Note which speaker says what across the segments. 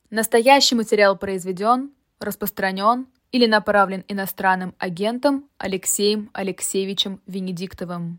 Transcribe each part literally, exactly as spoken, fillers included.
Speaker 1: Настоящий материал произведен, распространен или направлен иностранным агентом Алексеем Алексеевичем Венедиктовым.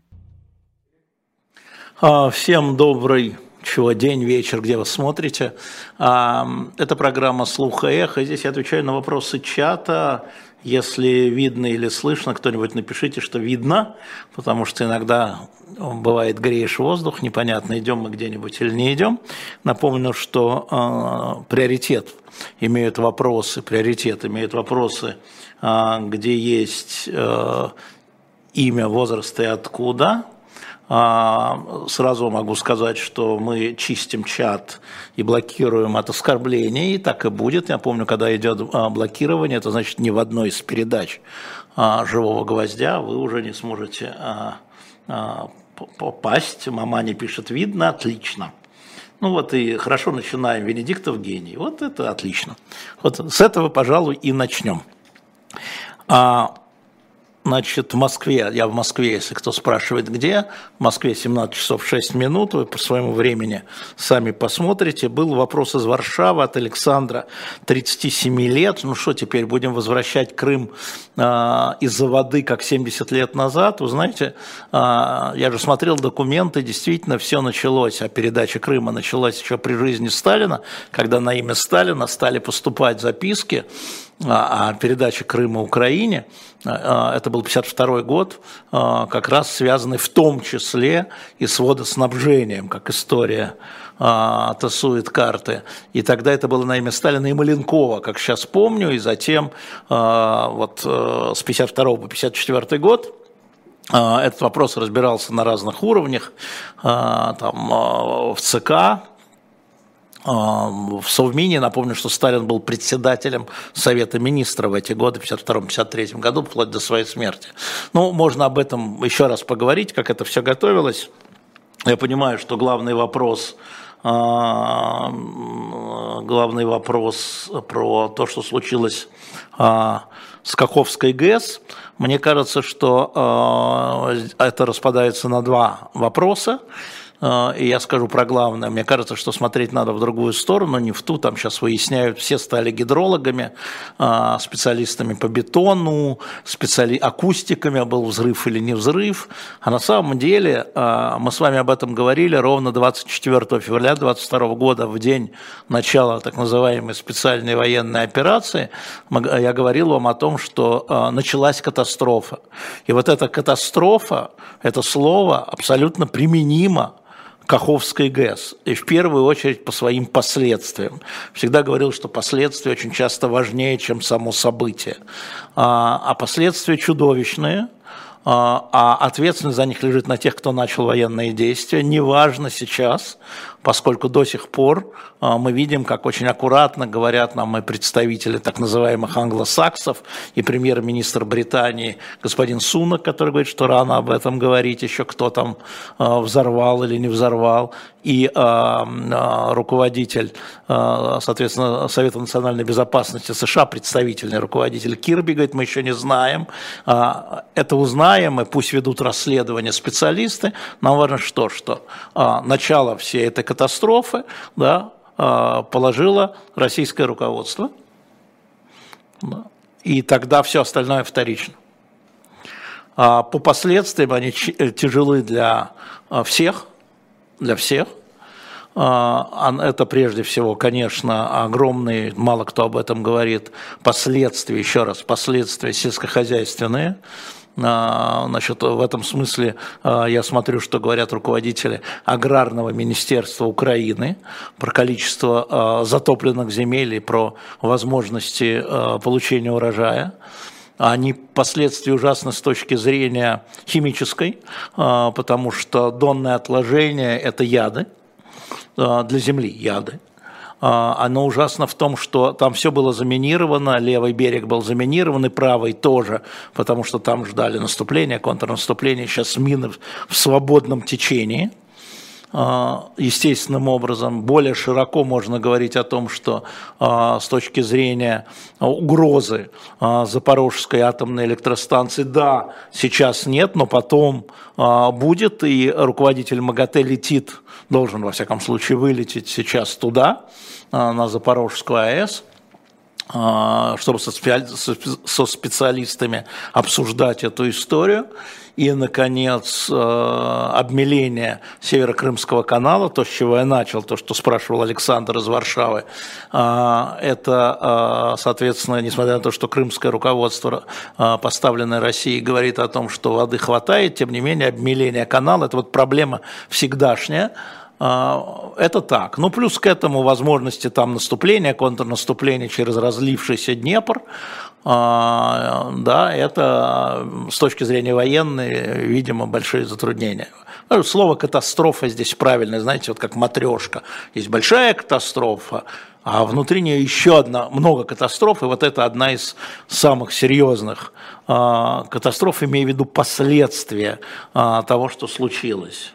Speaker 2: Всем добрый чего, день, вечер, где вы смотрите. Это программа «Слух и эхо». Здесь я отвечаю на вопросы чата. Если видно или слышно, кто-нибудь напишите, что видно, потому что иногда бывает греешь воздух, непонятно, идем мы где-нибудь или не идем. Напомню, что э, приоритет имеют вопросы, приоритет имеют вопросы, э, где есть э, имя, возраст и откуда. Сразу могу сказать, что мы чистим чат и блокируем от оскорблений, и так и будет. Я помню, когда идет блокирование, это значит ни в одной из передач «Живого гвоздя» вы уже не сможете попасть. Маманя пишет: видно, отлично. Ну вот и хорошо начинаем. Венедиктов гений. Вот это отлично. Вот с этого, пожалуй, и начнем. Значит, в Москве, я в Москве, если кто спрашивает где, в Москве семнадцать часов шесть минут, вы по своему времени сами посмотрите. Был вопрос из Варшавы от Александра, тридцати семи лет. Ну что, теперь будем возвращать Крым э, из-за воды, как семьдесят лет назад? Вы знаете, э, я же смотрел документы, действительно все началось, а передача Крыма началась еще при жизни Сталина, когда на имя Сталина стали поступать записки о передаче Крыма Украине. Это был пятьдесят второй год, как раз связанный в том числе и с водоснабжением, как история тасует карты. И тогда это было на имя Сталина и Маленкова, как сейчас помню, и затем вот с пятьдесят второго по пятьдесят четвёртый год этот вопрос разбирался на разных уровнях, там в ЦК, в Совмине. Напомню, что Сталин был председателем Совета Министров в эти годы, в пятьдесят втором — пятьдесят третьем году, вплоть до своей смерти. Ну, можно об этом еще раз поговорить, как это все готовилось. Я понимаю, что главный вопрос, главный вопрос про то, что случилось с Каховской ГЭС, мне кажется, что это распадается на два вопроса. И я скажу про главное. Мне кажется, что смотреть надо в другую сторону, не в ту. Там сейчас выясняют, все стали гидрологами, специалистами по бетону, специали... акустиками, был взрыв или не взрыв. А на самом деле, мы с вами об этом говорили ровно двадцать четвёртого февраля две тысячи двадцать второго года, в день начала так называемой специальной военной операции, я говорил вам о том, что началась катастрофа. И вот эта катастрофа, это слово абсолютно применимо Каховской ГЭС, и в первую очередь по своим последствиям. Всегда говорил, что последствия очень часто важнее, чем само событие. А последствия чудовищные, а ответственность за них лежит на тех, кто начал военные действия. Неважно сейчас, поскольку до сих пор мы видим, как очень аккуратно говорят нам и представители так называемых англосаксов, и премьер-министр Британии господин Сунак, который говорит, что рано об этом говорить, еще кто там взорвал или не взорвал, и руководитель, соответственно, Совета национальной безопасности США, представительный руководитель Кирби, говорит, мы еще не знаем, это узнаем, и пусть ведут расследование специалисты. Нам важно что, что начало всей этой катастрофы, да, положило российское руководство, да, и тогда все остальное вторично. По последствиям они тяжелы для всех, для всех. Это прежде всего, конечно, огромные, мало кто об этом говорит, последствия, еще раз, последствия сельскохозяйственные. Значит, в этом смысле я смотрю, что говорят руководители Аграрного министерства Украины про количество затопленных земель и про возможности получения урожая. Они последствия ужасны с точки зрения химической, потому что донное отложение – это яды, для земли яды. Оно ужасно в том, что там все было заминировано, левый берег был заминирован и правый тоже, потому что там ждали наступления, контрнаступления, сейчас мины в свободном течении. естественным образом. Более широко можно говорить о том, что с точки зрения угрозы Запорожской атомной электростанции, да, сейчас нет, но потом будет, и руководитель МАГАТЭ летит, должен, во всяком случае, вылететь сейчас туда, на Запорожскую АЭС, чтобы со специалистами обсуждать эту историю. И, наконец, обмеление Северо-Крымского канала, то, с чего я начал, то, что спрашивал Александр из Варшавы, это, соответственно, несмотря на то, что крымское руководство, поставленное Россией, говорит о том, что воды хватает, тем не менее, обмеление канала – это вот проблема всегдашняя. Это так. Ну, плюс к этому возможности там наступления, контрнаступления через разлившийся Днепр. Да, это с точки зрения военной, видимо, большие затруднения. Слово «катастрофа» здесь правильное, знаете, вот как матрешка. Есть большая катастрофа, а внутри нее еще одна, много катастроф, и вот это одна из самых серьезных катастроф, имея в виду последствия того, что случилось.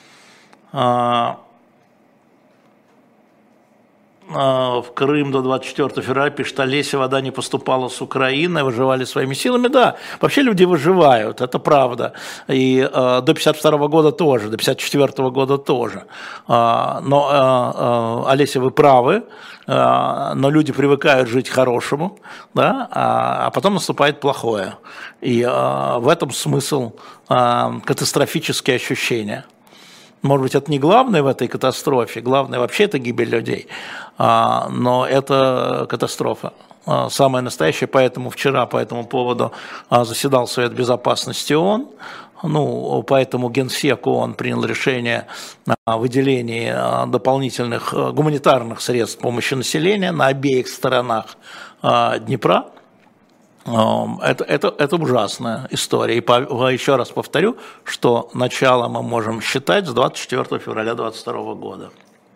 Speaker 2: В Крым до двадцать четвёртого февраля, пишет Олеся, вода не поступала с Украины, выживали своими силами. Да, вообще люди выживают, это правда. И э, до пятьдесят второго года тоже, до пятьдесят четвёртого года тоже. Э, но, э, э, Олеся, вы правы, э, но люди привыкают жить хорошему, да, а, а потом наступает плохое. И э, в этом смысл э, катастрофические ощущения. Может быть, это не главное в этой катастрофе, главное вообще это гибель людей, но это катастрофа, самая настоящая, поэтому вчера по этому поводу заседал Совет Безопасности ООН, ну, поэтому Генсек ООН принял решение о выделении дополнительных гуманитарных средств помощи населению на обеих сторонах Днепра. Это, это, это ужасная история. И по, еще раз повторю, что начало мы можем считать с двадцать четвёртого февраля две тысячи двадцать второго года.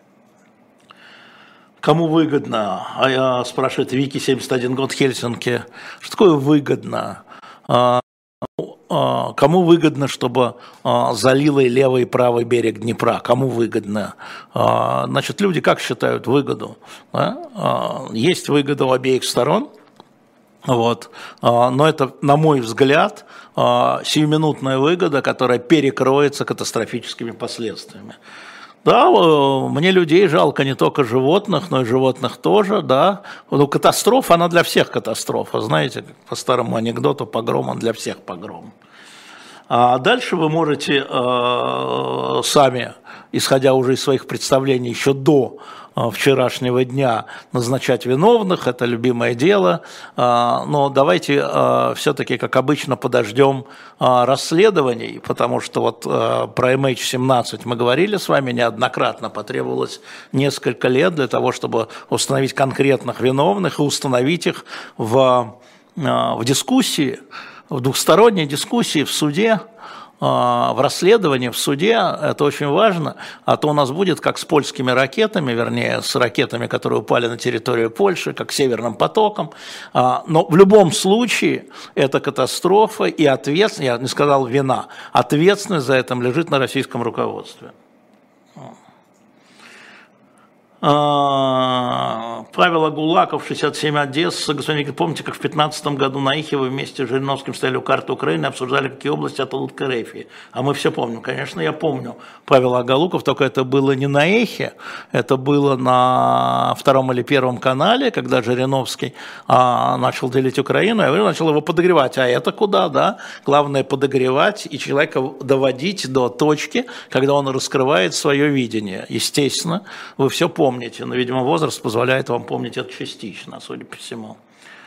Speaker 2: Кому выгодно? А я спрашивает Вики, семьдесят один год, Хельсинки. Что такое выгодно? Кому выгодно, чтобы залило и левый, и правый берег Днепра? Кому выгодно? Значит, люди как считают выгоду? Есть выгода у обеих сторон. Вот. Но это, на мой взгляд, сиюминутная выгода, которая перекроется катастрофическими последствиями. Да, мне людей жалко, не только животных, но и животных тоже, да. Ну, катастрофа, она для всех катастрофа, знаете, по старому анекдоту, погром, он для всех погром. А дальше вы можете э, сами, исходя уже из своих представлений еще до э, вчерашнего дня, назначать виновных, это любимое дело, э, но давайте э, все-таки, как обычно, подождем э, расследований, потому что вот э, про эм эйч семнадцать мы говорили с вами неоднократно, потребовалось несколько лет для того, чтобы установить конкретных виновных и установить их в, э, в дискуссии, в двухсторонней дискуссии в суде, в расследовании в суде, это очень важно, а то у нас будет как с польскими ракетами, вернее, с ракетами, которые упали на территорию Польши, как Северным потоком, но в любом случае это катастрофа и ответственность, я не сказал вина, ответственность за это лежит на российском руководстве. Павел Агулаков, шестьдесят семь, Одесса. Господин Виктор, помните, как в пятнадцатом году на Ихе вы вместе с Жириновским стояли у карты Украины, обсуждали, какие области отойдут к РФ? А мы все помним. Конечно, я помню Павел Агулаков, только это было не на Эхе, это было на втором или первом канале, когда Жириновский а, начал делить Украину, я говорю, начал его подогревать. А это куда, да? Главное подогревать и человека доводить до точки, когда он раскрывает свое видение. Естественно, вы все помните. Помните, но, видимо, возраст позволяет вам помнить это частично, судя по всему.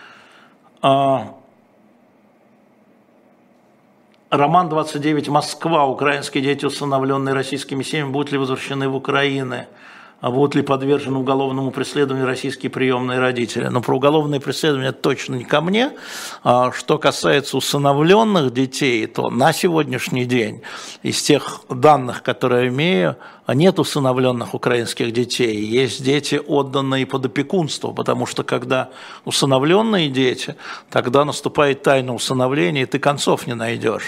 Speaker 2: Роман двадцать девять, Москва. Украинские дети, усыновленные российскими семьями, будут ли возвращены в Украину? А будут ли подвержены уголовному преследованию российские приемные родители? Но про уголовное преследование точно не ко мне. Что касается усыновленных детей, то на сегодняшний день из тех данных, которые я имею, нет усыновленных украинских детей. Есть дети, отданные под опекунство, потому что когда усыновленные дети, тогда наступает тайна усыновления, и ты концов не найдешь.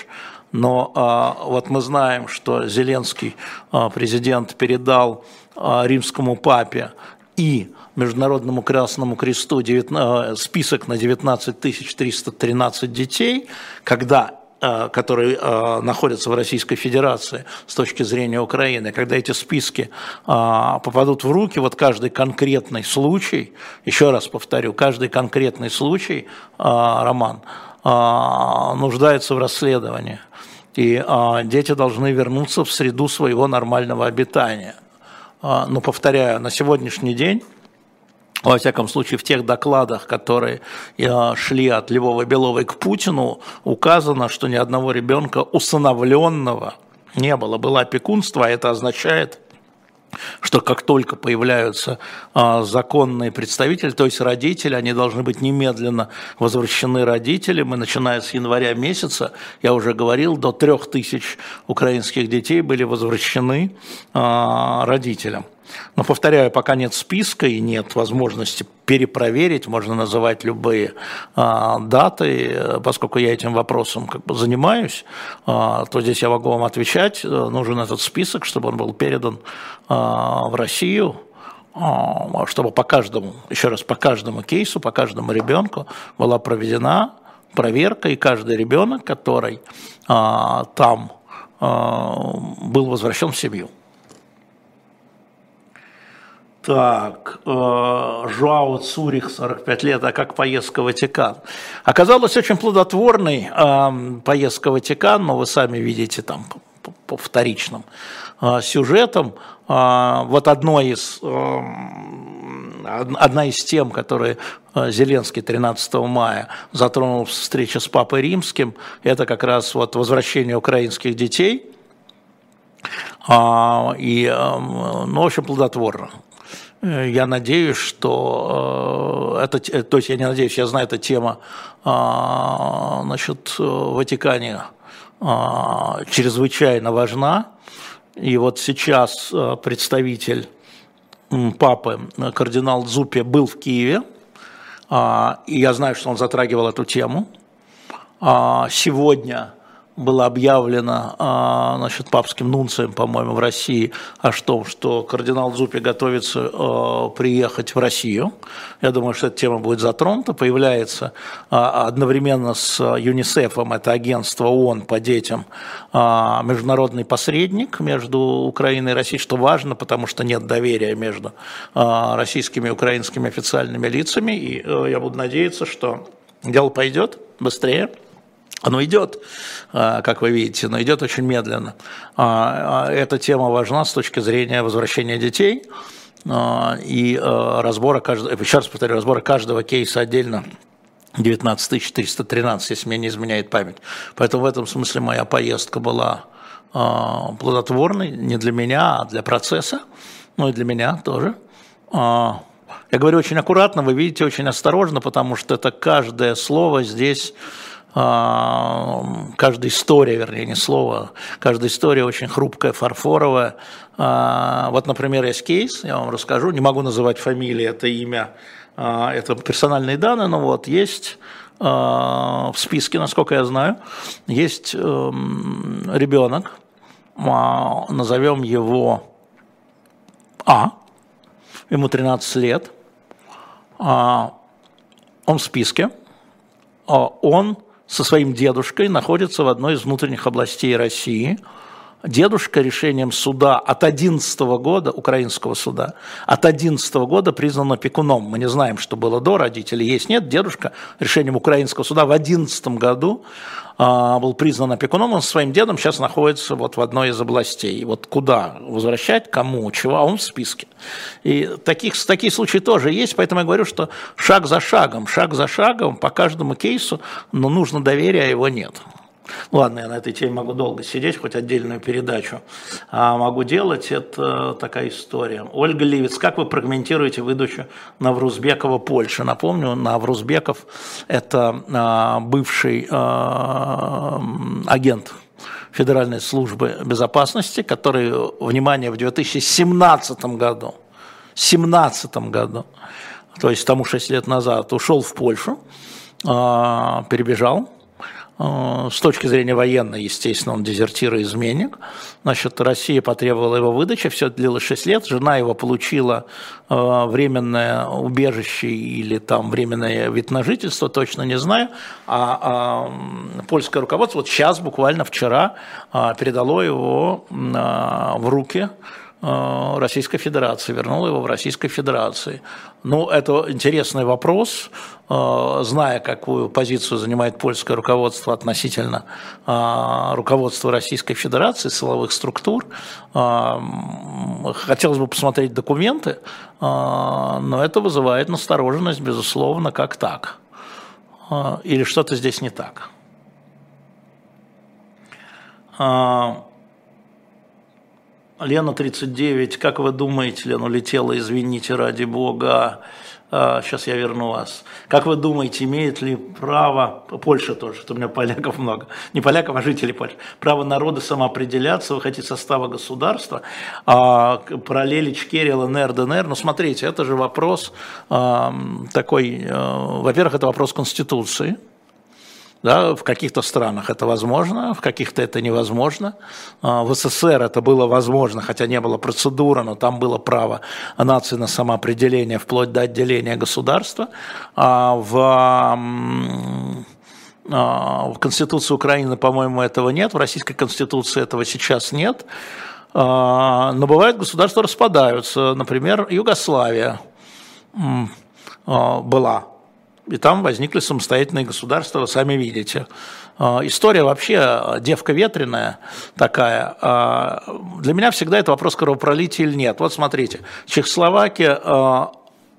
Speaker 2: но вот мы знаем, что Зеленский, президент, передал римскому папе и Международному Красному Кресту список на девятнадцать тысяч триста тринадцать детей, когда которые находятся в Российской Федерации с точки зрения Украины, когда эти списки попадут в руки, вот каждый конкретный случай, еще раз повторю, каждый конкретный случай, Роман, нуждается в расследовании, и дети должны вернуться в среду своего нормального обитания. Но, повторяю, на сегодняшний день, во всяком случае, в тех докладах, которые шли от Львова-Беловой к Путину, указано, что ни одного ребенка усыновленного не было. Было опекунство, а это означает, что как только появляются а, законные представители, то есть родители, они должны быть немедленно возвращены родителям, и начиная с января месяца, я уже говорил, до трех тысяч украинских детей были возвращены а, родителям. Но, повторяю, пока нет списка и нет возможности перепроверить, можно называть любые а, даты, поскольку я этим вопросом как бы занимаюсь, а, то здесь я могу вам отвечать, нужен этот список, чтобы он был передан а, в Россию, а, чтобы по каждому, еще раз, по каждому кейсу, по каждому ребенку была проведена проверка, и каждый ребенок, который а, там а, был возвращен в семью. Так, э, Жуао Цурих, сорок пять лет, а как поездка в Ватикан? Оказалась очень плодотворной э, поездка в Ватикан, но вы сами видите там по, по вторичным э, сюжетам. Э, вот одно из, э, одна из тем, которые Зеленский тринадцатого мая затронул в встрече с Папой Римским, это как раз вот возвращение украинских детей. Э, и, э, ну, в общем, плодотворно. Я надеюсь, что это, то есть я не надеюсь, я знаю, эта тема, значит, в Ватикане чрезвычайно важна. И вот сейчас представитель папы, кардинал Дзуппе, был в Киеве, и я знаю, что он затрагивал эту тему. Сегодня было объявлено, значит, папским нунцием, по-моему, в России, о том, что кардинал Дзуппе готовится приехать в Россию. Я думаю, что эта тема будет затронута. Появляется одновременно с ЮНИСЕФом, это агентство ООН по детям, международный посредник между Украиной и Россией, что важно, потому что нет доверия между российскими и украинскими официальными лицами. И я буду надеяться, что дело пойдет быстрее. Оно идет, как вы видите, но идет очень медленно. Эта тема важна с точки зрения возвращения детей и разбора каждого, еще раз повторю, разбора каждого кейса отдельно. девятнадцать тысяч триста тринадцать, если мне не изменяет память. Поэтому в этом смысле моя поездка была плодотворной не для меня, а для процесса, ну и для меня тоже. Я говорю очень аккуратно, вы видите, очень осторожно, потому что это каждое слово здесь... Каждая история, вернее, не слово, каждая история очень хрупкая, фарфоровая. Вот, например, есть кейс, я вам расскажу, не могу называть фамилии, это имя, это персональные данные, но вот есть в списке, насколько я знаю, есть ребенок, назовем его А, ему тринадцать лет, он в списке, он со своим дедушкой находится в одной из внутренних областей России. Дедушка решением суда от одиннадцатого года, украинского суда, от одиннадцатого года признан опекуном. Мы не знаем, что было до, родителей есть, нет. Дедушка решением украинского суда в одиннадцатом году а, был признан опекуном. Он со своим дедом сейчас находится вот в одной из областей. Вот куда возвращать, кому, чего, а он в списке. И таких, такие случаи тоже есть, поэтому я говорю, что шаг за шагом, шаг за шагом по каждому кейсу, но нужно доверия, а его нет. Ладно, я на этой теме могу долго сидеть, хоть отдельную передачу а могу делать, это такая история. Ольга Ливец, как вы прокомментируете выдачу Наврузбекова Польши? Напомню, Наврузбеков – это а, бывший а, агент Федеральной службы безопасности, который, внимание, в две тысячи семнадцатом году, семнадцатом году, то есть тому шесть лет назад, ушел в Польшу, а, перебежал, С точки зрения военной, естественно, он дезертир и изменник. Значит, Россия потребовала его выдачи, все это длилось шесть лет. Жена его получила временное убежище или там временное вид на жительство, точно не знаю. А, а польское руководство вот сейчас, буквально вчера, передало его в руки Российской Федерации, вернула его в Российской Федерации. Ну, это интересный вопрос, зная, какую позицию занимает польское руководство относительно руководства Российской Федерации, силовых структур. Хотелось бы посмотреть документы, но это вызывает настороженность, безусловно, как так. Или что-то здесь не так. Лена, тридцать девять, как вы думаете, Лена улетела, извините, ради бога, а, сейчас я верну вас. Как вы думаете, имеет ли право, Польша тоже, что у меня поляков много, не поляков, а жителей Польши, право народа самоопределяться, выходить из состава государства, а, параллели Ичкерии, ЛНР, ДНР, ну смотрите, это же вопрос а, такой, а, во-первых, это вопрос Конституции. Да, в каких-то странах это возможно, в каких-то это невозможно. В СССР это было возможно, хотя не было процедуры, но там было право нации на самоопределение вплоть до отделения государства. В, в Конституции Украины, по-моему, этого нет, в Российской Конституции этого сейчас нет. Но бывает, государства распадаются. Например, Югославия была. И там возникли самостоятельные государства, вы сами видите. История вообще девка ветреная такая. Для меня всегда это вопрос кровопролития или нет. Вот смотрите, Чехословакия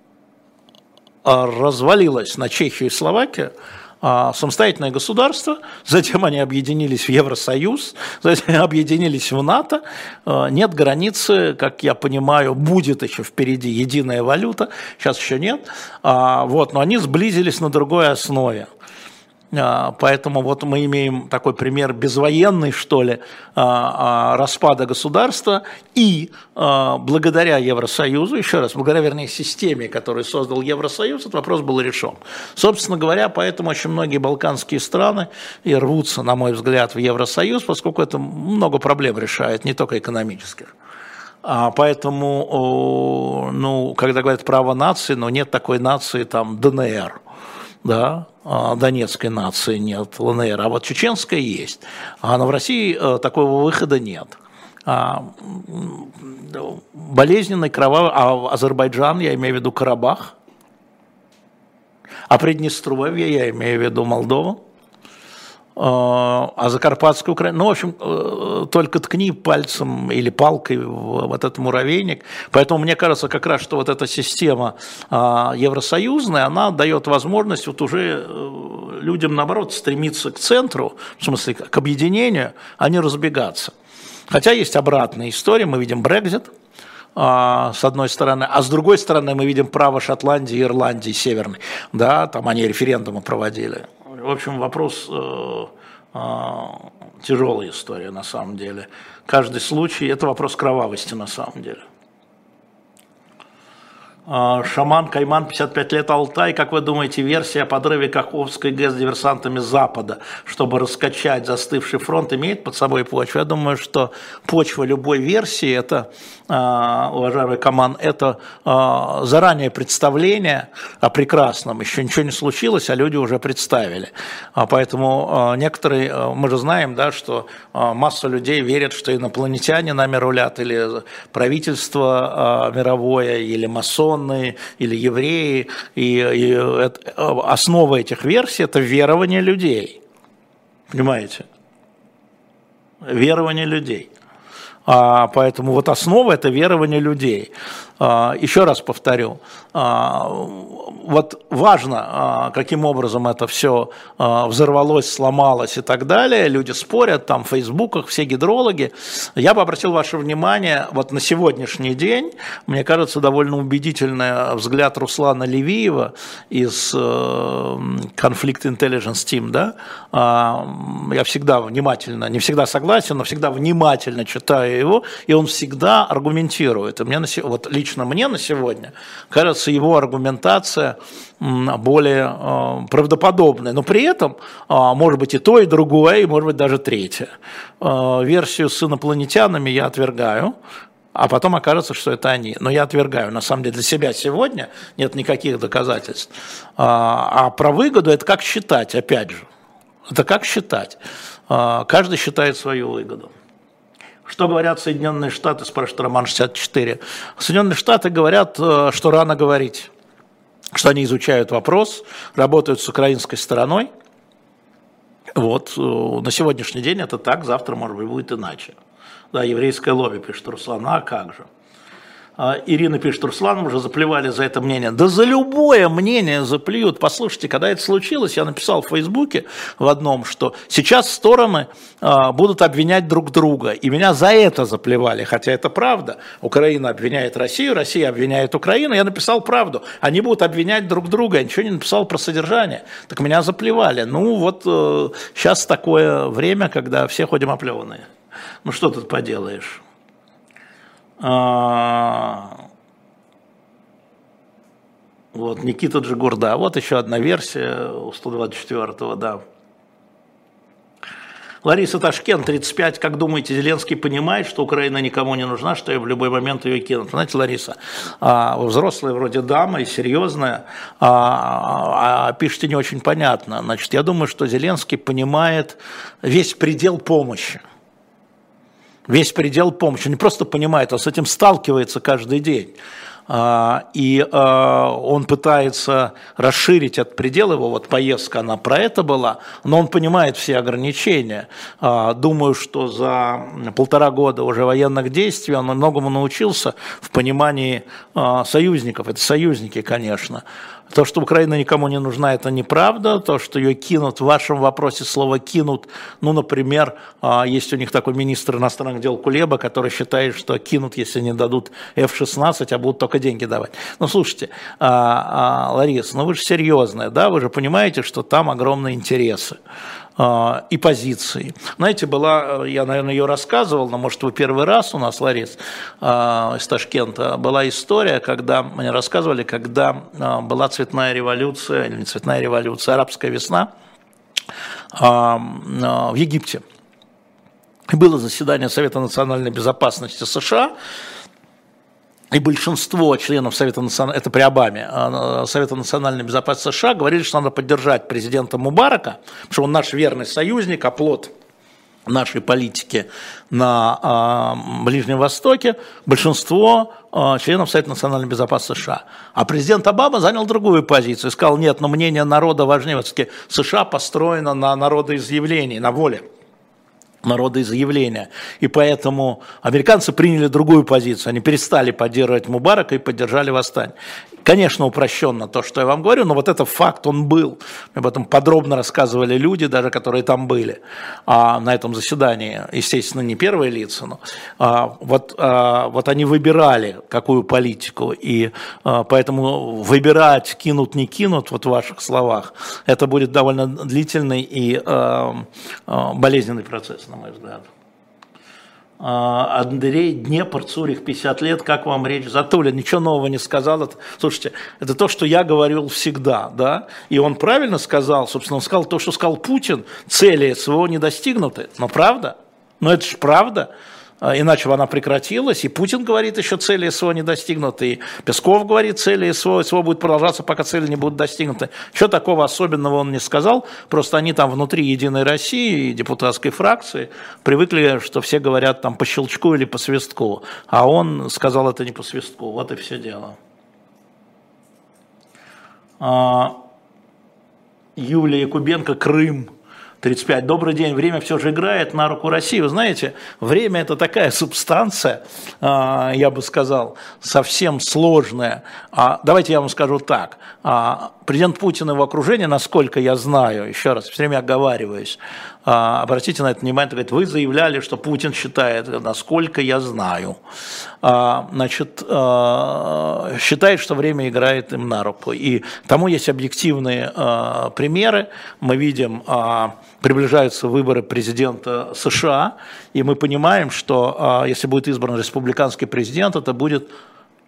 Speaker 2: развалилась на Чехию и Словакию, самостоятельное государство, затем они объединились в Евросоюз, затем объединились в НАТО, нет границы, как я понимаю, будет еще впереди единая валюта, сейчас еще нет, вот, но они сблизились на другой основе. Поэтому вот мы имеем такой пример безвоенный, что ли, распада государства, и благодаря Евросоюзу, еще раз, благодаря, вернее, системе, которую создал Евросоюз, этот вопрос был решен. Собственно говоря, поэтому очень многие балканские страны и рвутся, на мой взгляд, в Евросоюз, поскольку это много проблем решает, не только экономических. А поэтому, ну, когда говорят право нации, но нет такой нации, там, ДНР. Да, донецкой нации нет, ЛНР, а вот чеченская есть. А в России такого выхода нет. Болезненный, кровавый, а Азербайджан, я имею в виду Карабах, а Приднестровье, я имею в виду Молдову, а Закарпатская Украина, ну, в общем, только ткни пальцем или палкой в вот этот муравейник. Поэтому мне кажется, как раз, что вот эта система евросоюзная, она дает возможность вот уже людям, наоборот, стремиться к центру, в смысле, к объединению, а не разбегаться. Хотя есть обратная история, мы видим Брексит, с одной стороны, а с другой стороны мы видим право Шотландии и Ирландии Северной, да, там они референдумы проводили. В общем, вопрос, э, э, тяжелая история на самом деле. Каждый случай – это вопрос кровавости на самом деле. Э, Шаман Кайман, пятьдесят пять лет, Алтай. Как вы думаете, версия о подрыве Каховской ГЭС диверсантами Запада, чтобы раскачать застывший фронт, имеет под собой почву? Я думаю, что почва любой версии – это, э, уважаемый Каман, это э, заранее представление о прекрасном. Еще ничего не случилось, а люди уже представили. А поэтому э, некоторые, э, мы же знаем, да, что э, масса людей верят, что инопланетяне нами рулят, или правительство э, мировое, или масоны, или евреи. И, и это, основа этих версий – это верование людей. Понимаете? Верование людей. А, поэтому вот основа – это верование людей. А, еще раз повторю, а, вот важно, а, каким образом это все а, взорвалось, сломалось и так далее. Люди спорят, там в фейсбуках, все гидрологи. Я бы обратил ваше внимание, вот на сегодняшний день, мне кажется, довольно убедительный взгляд Руслана Левиева из э, Conflict Intelligence Team. Да? А, я всегда внимательно, не всегда согласен, но всегда внимательно читаю его, и он всегда аргументирует. И мне вот лично лично мне на сегодня кажется его аргументация более правдоподобной. Но при этом может быть и то, и другое, и может быть даже третье. Версию с инопланетянами я отвергаю. А потом окажется, что это они. Но я отвергаю. На самом деле для себя сегодня нет никаких доказательств. А, а про выгоду это как считать, опять же. Это как считать. А, каждый считает свою выгоду. Что говорят Соединенные Штаты, спрашивает Роман шестьдесят четыре. Соединенные Штаты говорят, что рано говорить. Что они изучают вопрос, работают с украинской стороной. Вот. На сегодняшний день это так, завтра, может быть, будет иначе. Да, еврейское лобби, пишет Руслан, а как же? А, Ирина пишет, Руслан, уже заплевали за это мнение. Да за любое мнение заплюют. Послушайте, когда это случилось, я написал в Фейсбуке в одном, что сейчас стороны а, будут обвинять друг друга. И меня за это заплевали, хотя это правда. Украина обвиняет Россию, Россия обвиняет Украину. Я написал правду. Они будут обвинять друг друга. Я ничего не написал про содержание. Так меня заплевали. Ну вот э, сейчас такое время, когда все ходим оплеванные. Ну что тут поделаешь? А... Вот, Никита Джигурда. Вот еще одна версия у сто двадцать четвёртого, да. Лариса Ташкент, тридцать пять. Как думаете, Зеленский понимает, что Украина никому не нужна, что в любой момент ее кинут? Знаете, Лариса, вы взрослая вроде дама и серьезная, а, а пишете не очень понятно. Значит, я думаю, что Зеленский понимает весь предел помощи. Весь предел помощи. Он не просто понимает, он с этим сталкивается каждый день. И он пытается расширить этот предел, его вот поездка, она про это была, но он понимает все ограничения. Думаю, что за полтора года уже военных действий он многому научился в понимании союзников. Это союзники, конечно. То, что Украина никому не нужна, это неправда. То, что ее кинут, в вашем вопросе слово «кинут», ну, например, есть у них такой министр иностранных дел Кулеба, который считает, что кинут, если не дадут эф шестнадцать, а будут только деньги давать. Ну, слушайте, Лариса, ну вы же серьезная, да, вы же понимаете, что там огромные интересы и позиции. Знаете, была, я, наверное, ее рассказывал, но, может, вы первый раз у нас, Ларис, из Ташкента, была история, когда, мне рассказывали, когда была цветная революция, или не цветная революция, арабская весна в Египте. И было заседание Совета национальной безопасности США, и большинство членов Совета национальной, это при Обаме, Совета национальной безопасности США говорили, что надо поддержать президента Мубарака, потому что он наш верный союзник, оплот нашей политики на э, Ближнем Востоке, большинство э, членов Совета национальной безопасности США. А президент Обама занял другую позицию и сказал, нет, но мнение народа важнее. Все-таки США построено на народоизъявлении, на воле народоизъявления. И поэтому американцы приняли другую позицию. Они перестали поддерживать Мубарака и поддержали восстание. Конечно, упрощенно то, что я вам говорю, но вот это факт, он был. Об этом подробно рассказывали люди, даже которые там были а, на этом заседании. Естественно, не первые лица, но а, вот, а, вот они выбирали, какую политику. И а, поэтому выбирать, кинут, не кинут, вот в ваших словах, это будет довольно длительный и а, а, болезненный процесс, на мой взгляд. Андрей, Днепр, Цюрих, пятьдесят лет, как вам речь Затулин? Ничего нового не сказал. Это, слушайте, это то, что я говорил всегда, да, и он правильно сказал, собственно, он сказал то, что сказал Путин, цели СВО не достигнуты, но правда, но это же правда, иначе бы она прекратилась, и Путин говорит, еще цели СВО не достигнуты, и Песков говорит, цели СВО, СВО будет продолжаться, пока цели не будут достигнуты. Чего такого особенного он не сказал, просто они там внутри Единой России и депутатской фракции привыкли, что все говорят там по щелчку или по свистку, а он сказал это не по свистку, вот и все дело. Юлия Якубенко, Крым. тридцать пять. Добрый день. Время все же играет на руку России. Вы знаете, время – это такая субстанция, я бы сказал, совсем сложная. Давайте я вам скажу так. Президент Путин и его окружение, насколько я знаю, еще раз, все время оговариваюсь, обратите на это внимание, говорит, вы заявляли, что Путин считает, насколько я знаю, значит, считает, что время играет им на руку. И тому есть объективные примеры. Мы видим, приближаются выборы президента США, и мы понимаем, что если будет избран республиканский президент, это будет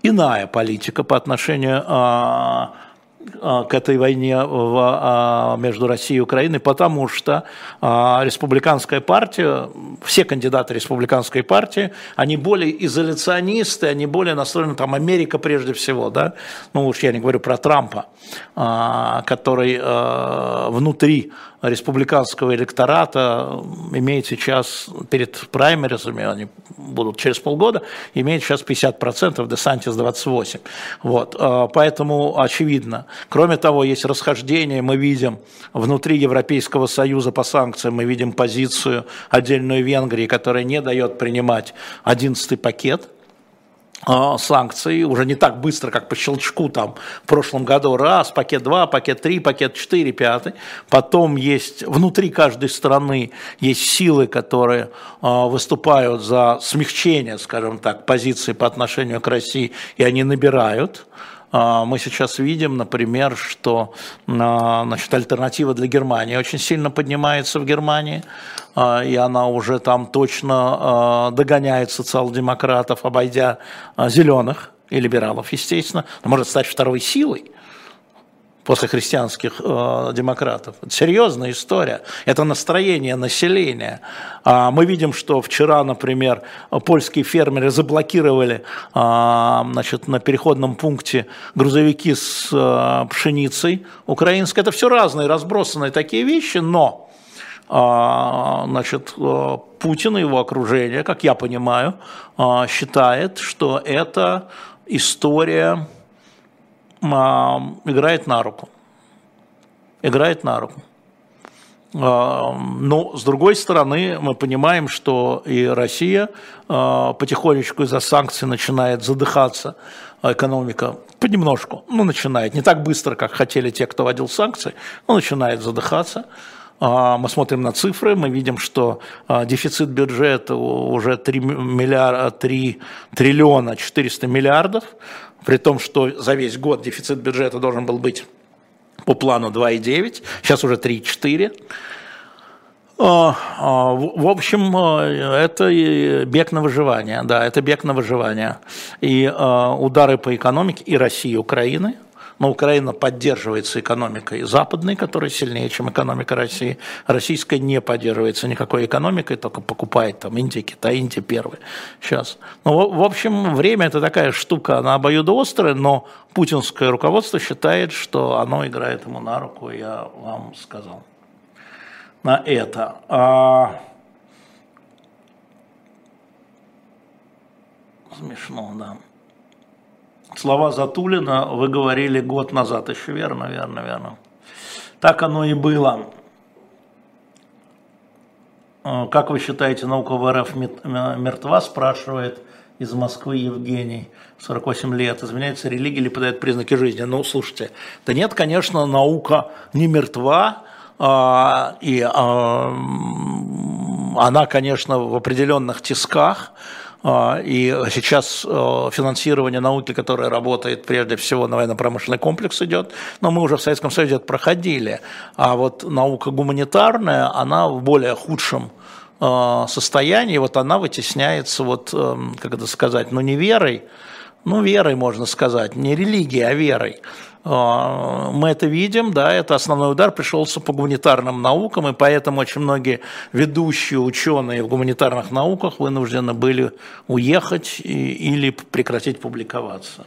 Speaker 2: иная политика по отношению а, к этой войне в, между Россией и Украиной, потому что республиканская партия, все кандидаты республиканской партии, они более изоляционисты, они более настроены, там, Америка прежде всего, да, ну уж я не говорю про Трампа, который внутри республиканского электората имеет сейчас перед праймеризами, они будут через полгода, имеет сейчас пятьдесят процентов, Десантис двадцать восемь процентов. Вот, поэтому очевидно. Кроме того, есть расхождение, мы видим внутри Европейского Союза по санкциям, мы видим позицию отдельную Венгрии, которая не дает принимать одиннадцатый пакет санкций, уже не так быстро, как по щелчку там в прошлом году, раз, пакет два, пакет три, пакет четыре, пятый. Потом есть внутри каждой страны есть силы, которые э, выступают за смягчение, скажем так, позиции по отношению к России, и они набирают. Мы сейчас видим, например, что значит, альтернатива для Германии очень сильно поднимается в Германии, и она уже там точно догоняет социал-демократов, обойдя зеленых и либералов, естественно, может стать второй силой после христианских э, демократов. Это серьезная история, это настроение населения. А мы видим, что вчера, например, польские фермеры заблокировали э, значит, на переходном пункте грузовики с э, пшеницей украинской. Это все разные, разбросанные такие вещи, но э, значит, э, Путин и его окружение, как я понимаю, э, считает, что это история играет на руку. Играет на руку. Но, с другой стороны, мы понимаем, что и Россия потихонечку из-за санкций начинает задыхаться, экономика понемножку, ну, начинает, не так быстро, как хотели те, кто вводил санкции, но начинает задыхаться. Мы смотрим на цифры, мы видим, что дефицит бюджета уже три миллиарда, три триллиона четыреста миллиардов, при том, что за весь год дефицит бюджета должен был быть по плану два и девять, сейчас уже три и четыре. В общем, это бег на выживание, да, это бег на выживание. И удары по экономике и России, и Украины. Но Украина поддерживается экономикой западной, которая сильнее, чем экономика России. Российская не поддерживается никакой экономикой, только покупает там Индия, Китай, Индия первая сейчас. Ну, в общем, время это такая штука, она обоюдоострая, но путинское руководство считает, что оно играет ему на руку, я вам сказал. На это. А... Смешно, да. Слова Затулина вы говорили год назад еще, верно, верно, верно. Так оно и было. Как вы считаете, наука в РФ мертва, спрашивает из Москвы Евгений, сорок восемь лет. Изменяется религия или подает признаки жизни? Ну, слушайте, да нет, конечно, наука не мертва, и она, конечно, в определенных тисках. И сейчас финансирование науки, которое работает прежде всего на военно-промышленный комплекс идет, но мы уже в Советском Союзе это проходили. А вот наука гуманитарная, она в более худшем состоянии, вот она вытесняется, вот, как это сказать, ну не верой, ну верой можно сказать, не религией, а верой. Мы это видим, да, это основной удар пришелся по гуманитарным наукам, и поэтому очень многие ведущие ученые в гуманитарных науках вынуждены были уехать и, или прекратить публиковаться.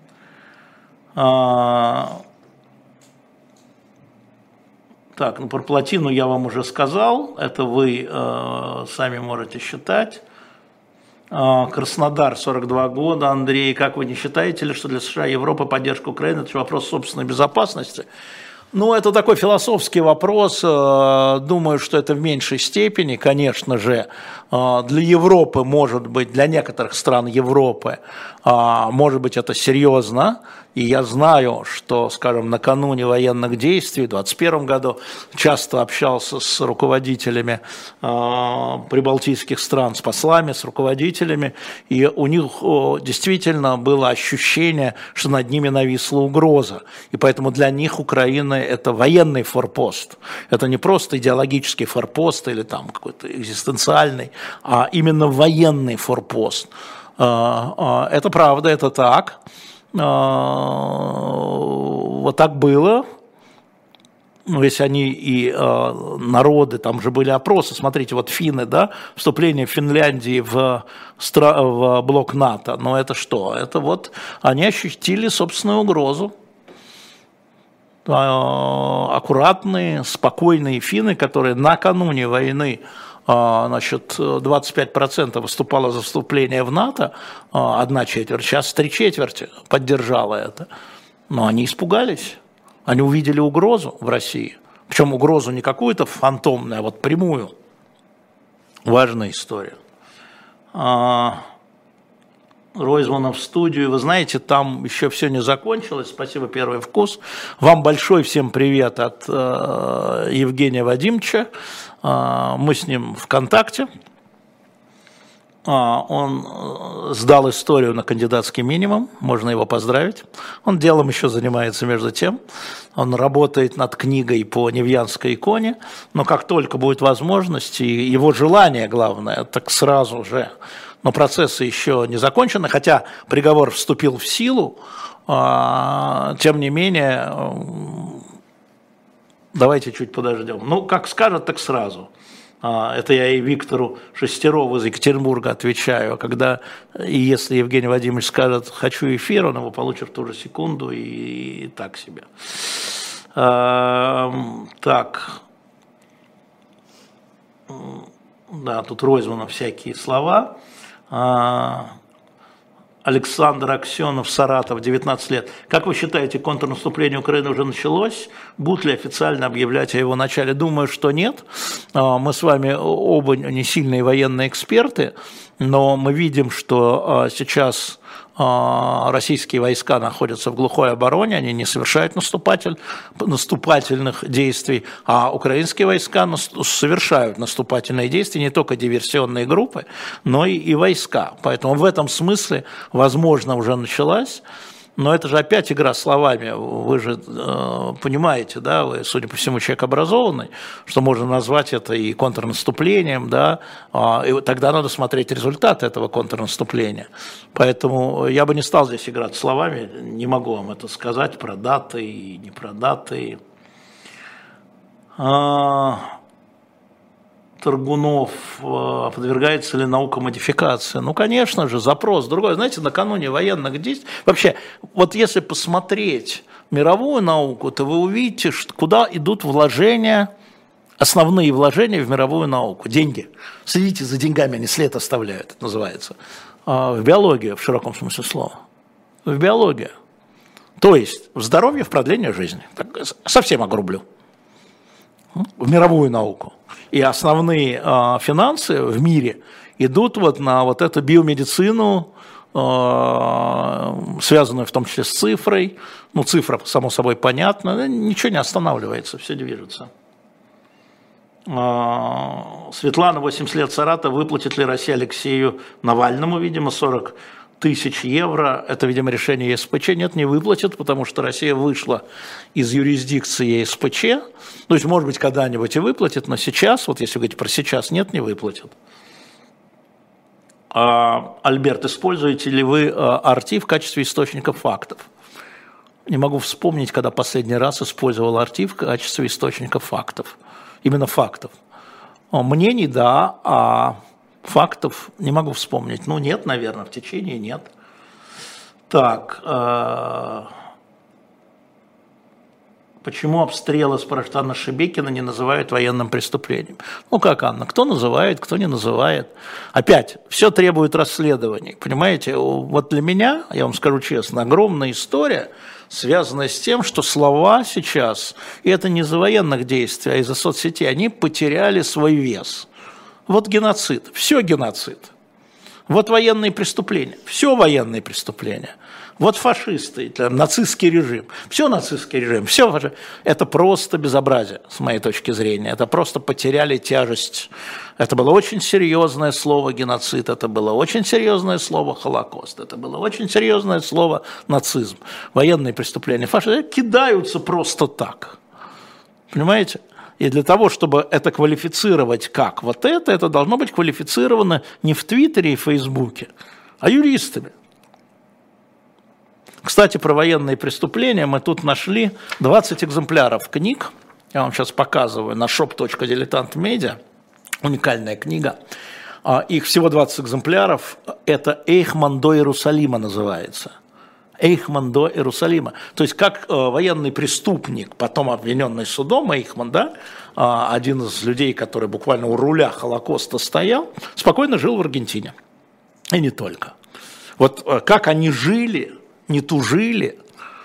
Speaker 2: А, так, ну про плотину я вам уже сказал, это вы э, сами можете считать. Краснодар, сорок два года. Андрей, как вы не считаете ли, что для США и Европы поддержка Украины – это вопрос собственной безопасности? Ну, это такой философский вопрос. Думаю, что это в меньшей степени, конечно же, для Европы, может быть, для некоторых стран Европы, может быть, это серьезно. И я знаю, что, скажем, накануне военных действий в двадцать первом году часто общался с руководителями прибалтийских стран, с послами, с руководителями, и у них действительно было ощущение, что над ними нависла угроза. И поэтому для них Украина – это военный форпост. Это не просто идеологический форпост или там какой-то экзистенциальный, а именно военный форпост. Это правда, это так. Вот так было. Ну, если они и э, народы, там же были опросы, смотрите, вот финны, да, вступление Финляндии в, стра- в блок НАТО, но это что? Это вот они ощутили собственную угрозу. Э, аккуратные, спокойные финны, которые накануне войны, э, значит, двадцать пять процентов выступало за вступление в НАТО, э, одна четверть, сейчас три четверти поддержала это, но они испугались. Они увидели угрозу в России, причем угрозу не какую-то фантомную, а вот прямую. Важная история. Ройзмана в студию. Вы знаете, там еще все не закончилось. Спасибо, «Первый вкус». Вам большой всем привет от э, Евгения Вадимовича. Э, мы с ним в контакте. Он сдал историю на кандидатский минимум, можно его поздравить. Он делом еще занимается между тем. Он работает над книгой по Невьянской иконе, но как только будет возможность, и его желание главное, так сразу же. Но процессы еще не закончены, хотя приговор вступил в силу, тем не менее, давайте чуть подождем. Ну, как скажет, так сразу. Это я и Виктору Шестерову из Екатеринбурга отвечаю. Когда, и если Евгений Вадимович скажет «хочу эфир», он его получит в ту же секунду и, и так себе. А, так. Да, тут Ройзмана всякие слова. А, Александр Аксенов, Саратов, девятнадцать лет. Как вы считаете, контрнаступление Украины уже началось? Будут ли официально объявлять о его начале? Думаю, что нет. Мы с вами оба не сильные военные эксперты, но мы видим, что сейчас российские войска находятся в глухой обороне, они не совершают наступатель, наступательных действий, а украинские войска совершают наступательные действия, не только диверсионные группы, но и, и войска. Поэтому в этом смысле, возможно, уже началась. Но это же опять игра словами. Вы же э, понимаете, да, вы, судя по всему, человек образованный, что можно назвать это и контрнаступлением, да, э, и тогда надо смотреть результаты этого контрнаступления. Поэтому я бы не стал здесь играть словами, не могу вам это сказать про даты и не про даты. А, Торгунов, подвергается ли наука модификации? Ну, конечно же, запрос другой. Знаете, накануне военных действий, вообще, вот если посмотреть мировую науку, то вы увидите, что куда идут вложения, основные вложения в мировую науку. Деньги. Следите за деньгами, они след оставляют, это называется. В биологию, в широком смысле слова. В биологию. То есть в здоровье, в продление жизни. Так, совсем огрублю. В мировую науку. И основные э, финансы в мире идут вот на вот эту биомедицину, э, связанную в том числе с цифрой. Ну, цифра, само собой, понятна, ничего не останавливается, все движется. Э, Светлана, восемьдесят лет, Саратов, выплатит ли Россия Алексею Навальному, видимо, сорок тысяч евро, это, видимо, решение ЕСПЧ, нет, не выплатит, потому что Россия вышла из юрисдикции ЕСПЧ, то есть, может быть, когда-нибудь и выплатит, но сейчас, вот если говорить про сейчас, нет, не выплатит. А, Альберт, используете ли вы Арти в качестве источника фактов? Не могу вспомнить, когда последний раз использовал Арти в качестве источника фактов, именно фактов. Мнений, да, а... фактов не могу вспомнить. Ну, нет, наверное, в течение нет. Так. Э, почему обстрелы с Параштана Шебекина не называют военным преступлением? Ну, как, Анна, кто называет, кто не называет. Опять, все требует расследований. Понимаете, вот для меня, я вам скажу честно, огромная история, связанная с тем, что слова сейчас, и это не из-за военных действий, а из-за соцсетей, они потеряли свой вес. Вот геноцид, все геноцид. Вот военные преступления, все военные преступления. Вот фашисты, там, нацистский режим, все нацистский режим, все это просто безобразие, с моей точки зрения. Это просто потеряли тяжесть. Это было очень серьезное слово геноцид, это было очень серьезное слово Холокост, это было очень серьезное слово нацизм. Военные преступления, фашисты кидаются просто так. Понимаете? И для того, чтобы это квалифицировать как вот это, это должно быть квалифицировано не в Твиттере и Фейсбуке, а юристами. Кстати, про военные преступления мы тут нашли двадцать экземпляров книг. Я вам сейчас показываю на shop точка diletant media. Уникальная книга. Их всего двадцать экземпляров. Это «Эйхман до Иерусалима» называется. Эйхман до Иерусалима. То есть как военный преступник, потом обвиненный судом, Эйхман, да, один из людей, который буквально у руля Холокоста стоял, спокойно жил в Аргентине. И не только. Вот как они жили, не тужили,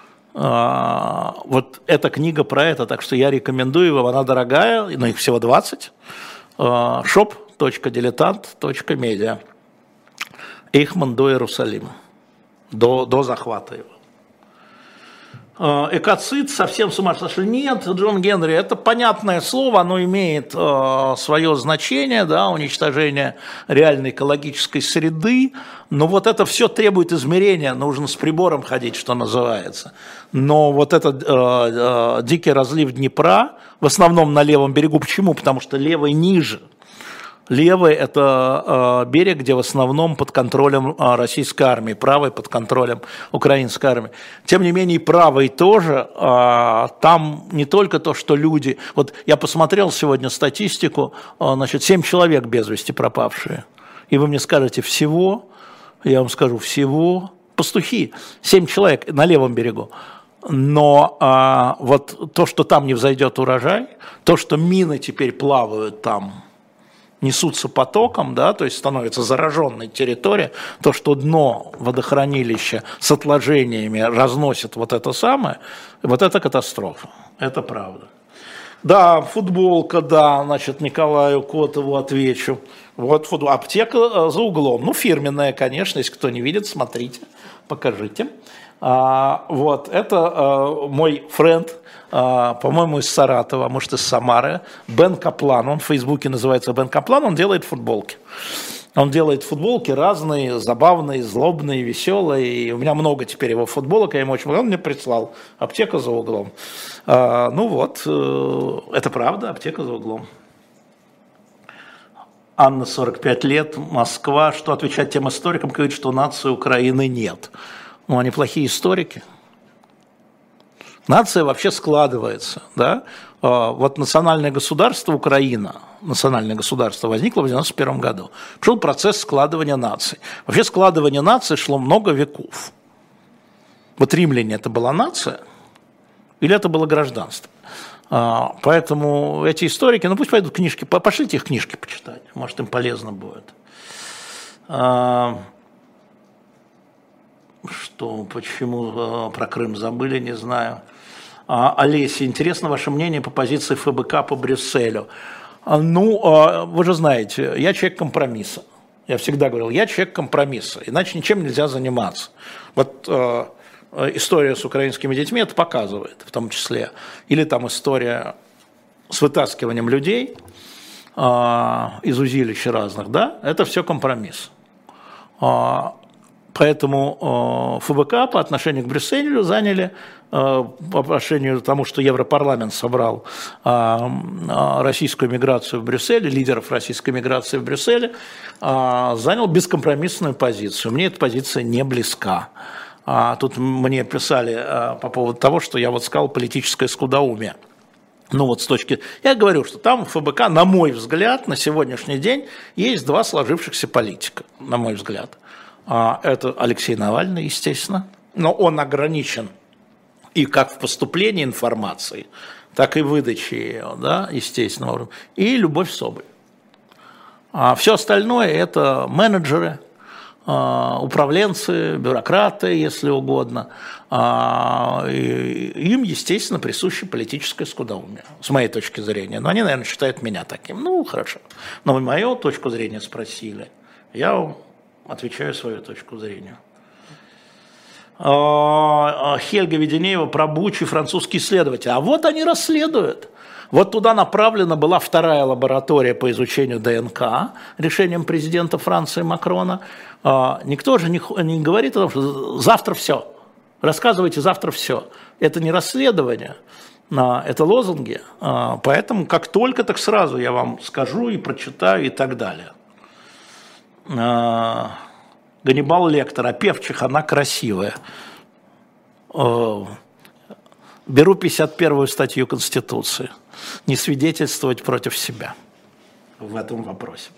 Speaker 2: вот эта книга про это, так что я рекомендую вам, она дорогая, но их всего двадцать. shop точка diletant точка media. Эйхман до Иерусалима, до, до захвата его. Экоцид, совсем с ума сошли. Нет, Джон Генри, это понятное слово, оно имеет э, свое значение, да, уничтожение реальной экологической среды, но вот это все требует измерения, нужно с прибором ходить, что называется. Но вот этот э, э, дикий разлив Днепра, в основном на левом берегу, почему? Потому что левый ниже. Левый – это э, берег, где в основном под контролем э, российской армии, правый под контролем украинской армии. Тем не менее, правый тоже, э, там не только то, что люди… Вот я посмотрел сегодня статистику, э, значит, семь человек без вести пропавшие. И вы мне скажете всего, я вам скажу всего, пастухи, семь человек на левом берегу. Но э, вот то, что там не взойдет урожай, то, что мины теперь плавают там, несутся потоком, да, то есть становится зараженной территория, то, что дно водохранилища с отложениями разносит вот это самое, вот это катастрофа, это правда. Да, футболка, да, значит, Николаю Котову отвечу. Вот футбол, аптека за углом, ну, фирменная, конечно, если кто не видит, смотрите, покажите. А, вот, это а, мой френд, а, по-моему, из Саратова, а может, из Самары, Бен Каплан, он в Фейсбуке называется Бен Каплан, он делает футболки. Он делает футболки разные, забавные, злобные, веселые, и у меня много теперь его футболок, я ему очень много, он мне прислал, аптека за углом. А, ну вот, это правда, аптека за углом. Анна, сорок пять лет, Москва, что отвечать тем историкам, говорит, что нации Украины нет. Ну, они плохие историки. Нация вообще складывается, да? Вот национальное государство Украина, национальное государство возникло в девяносто первом году. Шел процесс складывания наций. Вообще складывание наций шло много веков. Вот римляне это была нация или это было гражданство? Поэтому эти историки, ну пусть пойдут книжки, пошлите их книжки почитать, может им полезно будет. Что, почему про Крым забыли, не знаю. А, Олеся, интересно ваше мнение по позиции ФБК по Брюсселю. А, ну, а, вы же знаете, я человек компромисса. Я всегда говорил, я человек компромисса, иначе ничем нельзя заниматься. Вот а, история с украинскими детьми это показывает, в том числе. Или там история с вытаскиванием людей а, из узилищ разных, да, это все компромисс. А, Поэтому ФБК по отношению к Брюсселю заняли, по отношению к тому, что Европарламент собрал российскую миграцию в Брюсселе, лидеров российской миграции в Брюсселе, занял бескомпромиссную позицию. Мне эта позиция не близка. Тут мне писали по поводу того, что я вот сказал политическое скудоумие. Ну вот с точки… Я говорю, что там в ФБК, на мой взгляд, на сегодняшний день есть два сложившихся политика, на мой взгляд. Это Алексей Навальный, естественно, но он ограничен и как в поступлении информации, так и в выдаче ее, да, естественно, и Любовь Соболь. А все остальное – это менеджеры, управленцы, бюрократы, если угодно. И им, естественно, присуще политическое скудоумие, с моей точки зрения. Но они, наверное, считают меня таким. Ну, хорошо. Но вы мою точку зрения спросили. Я отвечаю свою точку зрения. Хельга Веденеева про Бучу, французские исследователи. А вот они расследуют. Вот туда направлена была вторая лаборатория по изучению ДНК решением президента Франции Макрона. Никто же не, не говорит о том, что завтра все. Рассказывайте завтра все. Это не расследование, это лозунги. Поэтому как только, так сразу я вам скажу и прочитаю и так далее. Ганнибал Лектор, а Певчих, она красивая. Беру пятьдесят первую статью Конституции. Не свидетельствовать против себя в этом вопросе.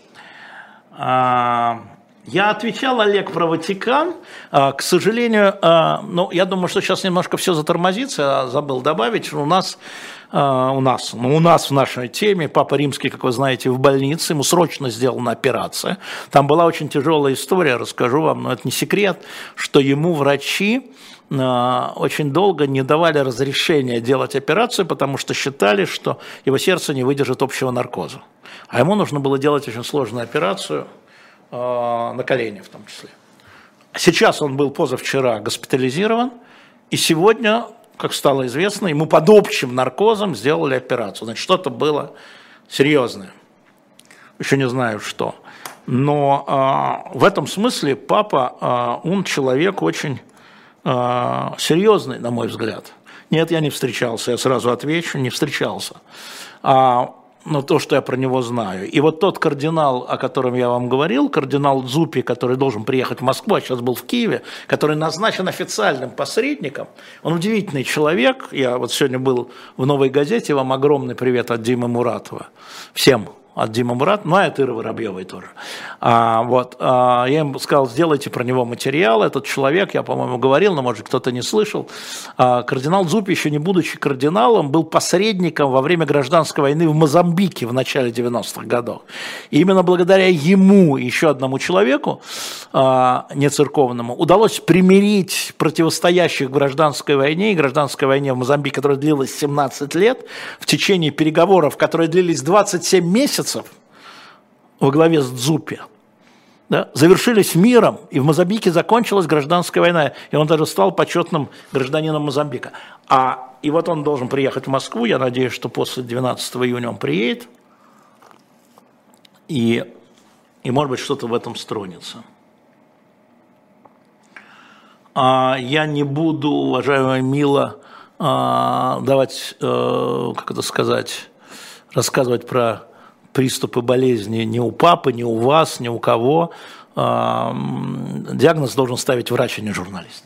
Speaker 2: Я отвечал, Олег, про Ватикан. К сожалению, ну, я думаю, что сейчас немножко все затормозится. Я забыл добавить, у нас, у нас, ну, у нас в нашей теме Папа Римский, как вы знаете, в больнице. Ему срочно сделана операция. Там была очень тяжелая история, расскажу вам, но это не секрет, что ему врачи очень долго не давали разрешения делать операцию, потому что считали, что его сердце не выдержит общего наркоза. А ему нужно было делать очень сложную операцию на колени в том числе. Сейчас он был позавчера госпитализирован, и сегодня, как стало известно, ему под общим наркозом сделали операцию. Значит, что-то было серьезное. Еще не знаю, что. Но э, в этом смысле папа, э, он человек очень э, серьезный, на мой взгляд. Нет, я не встречался, я сразу отвечу, не встречался. А, но то, что я про него знаю. И вот тот кардинал, о котором я вам говорил, кардинал Дзуппи, который должен приехать в Москву, а сейчас был в Киеве, который назначен официальным посредником, он удивительный человек. Я вот сегодня был в «Новой газете», вам огромный привет от Димы Муратова. Всем от Димы Муратова, ну, а от Иры Воробьевой тоже. А, вот, а, я им сказал, сделайте про него материал. Этот человек, я, по-моему, говорил, но, может, кто-то не слышал. А, кардинал Дзуппи, еще не будучи кардиналом, был посредником во время гражданской войны в Мозамбике в начале девяностых годов. И именно благодаря ему и еще одному человеку, а, не церковному, удалось примирить противостоящих в гражданской войне и гражданской войне в Мозамбике, которая длилась семнадцать лет, в течение переговоров, которые длились двадцать семь месяцев, во главе с Дзуппи, да, завершились миром, и в Мозамбике закончилась гражданская война, и он даже стал почетным гражданином Мозамбика. А, и вот он должен приехать в Москву, я надеюсь, что после двенадцатого июня он приедет, и, и может быть, что-то в этом стронется. А, я не буду, уважаемая Мила, а, давать, а, как это сказать, рассказывать про приступы болезни ни у папы, ни у вас, ни у кого. Диагноз должен ставить врач, а не журналист.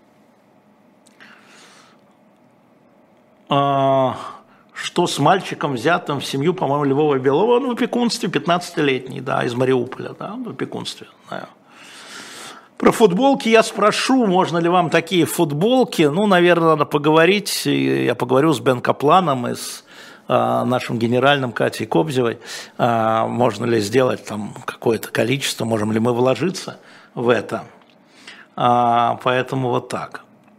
Speaker 2: Что с мальчиком, взятым в семью, по-моему, Львова Белова? Он в опекунстве, пятнадцатилетний, да, из Мариуполя, да, в опекунстве. Да. Про футболки я спрошу, можно ли вам такие футболки. Ну, наверное, надо поговорить. Я поговорю с Бен Капланом и с нашим генеральным Катей Кобзевой, можно ли сделать там какое-то количество, можем ли мы вложиться в это. Поэтому вот так.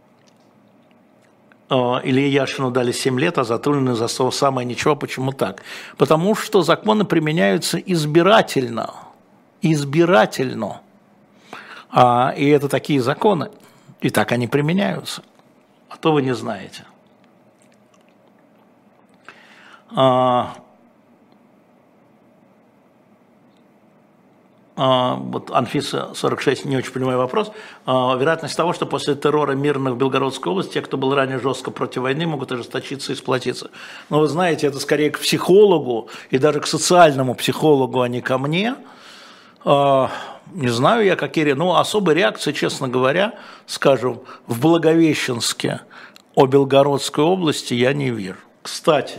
Speaker 2: Илье Яшину дали семь лет, а Затулину за то самое ничего. Почему так? Потому что законы применяются избирательно. Избирательно. И это такие законы. И так они применяются. А то вы не знаете. А, а, вот Анфиса сорок шесть, не очень понимаю вопрос. А, вероятность того, что после террора мирных в Белгородской области те, кто был ранее жестко против войны, могут ожесточиться и сплотиться. Но вы знаете, это скорее к психологу и даже к социальному психологу, а не ко мне. А, не знаю я, какие... Ну, особой реакции, честно говоря, скажем, в Благовещенске о Белгородской области я не вижу. Кстати...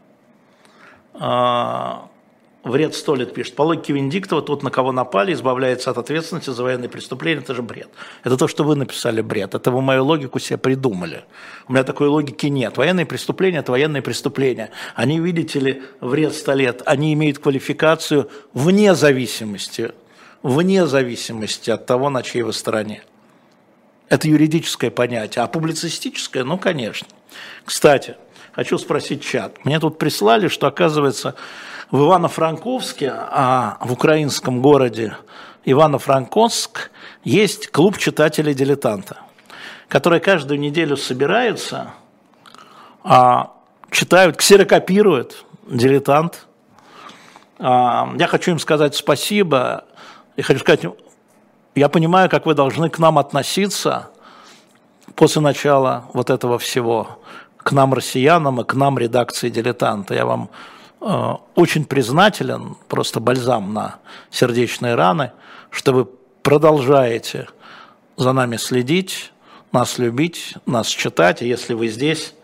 Speaker 2: Вред сто лет пишет. По логике Венедиктова, тот, на кого напали, избавляется от ответственности за военные преступления. Это же бред. Это то, что вы написали, бред. Это вы мою логику себе придумали. У меня такой логики нет. Военные преступления – это военные преступления. Они, видите ли, вред сто лет. Они имеют квалификацию вне зависимости, вне зависимости от того, на чьей вы стороне. Это юридическое понятие. А публицистическое – ну, конечно. Кстати, хочу спросить чат. Мне тут прислали, что, оказывается, в Ивано-Франковске, а в украинском городе Ивано-Франковск, есть клуб читателей-дилетанта, которые каждую неделю собираются, а, читают, ксерокопируют «Дилетант». А, я хочу им сказать спасибо. И хочу сказать, я понимаю, как вы должны к нам относиться после начала вот этого всего, к нам, россиянам, и к нам, редакции «Дилетанта». Я вам э, очень признателен, просто бальзам на сердечные раны, что вы продолжаете за нами следить, нас любить, нас читать. И если вы здесь,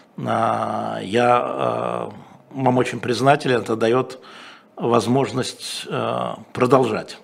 Speaker 2: я вам очень признателен, это дает возможность продолжать.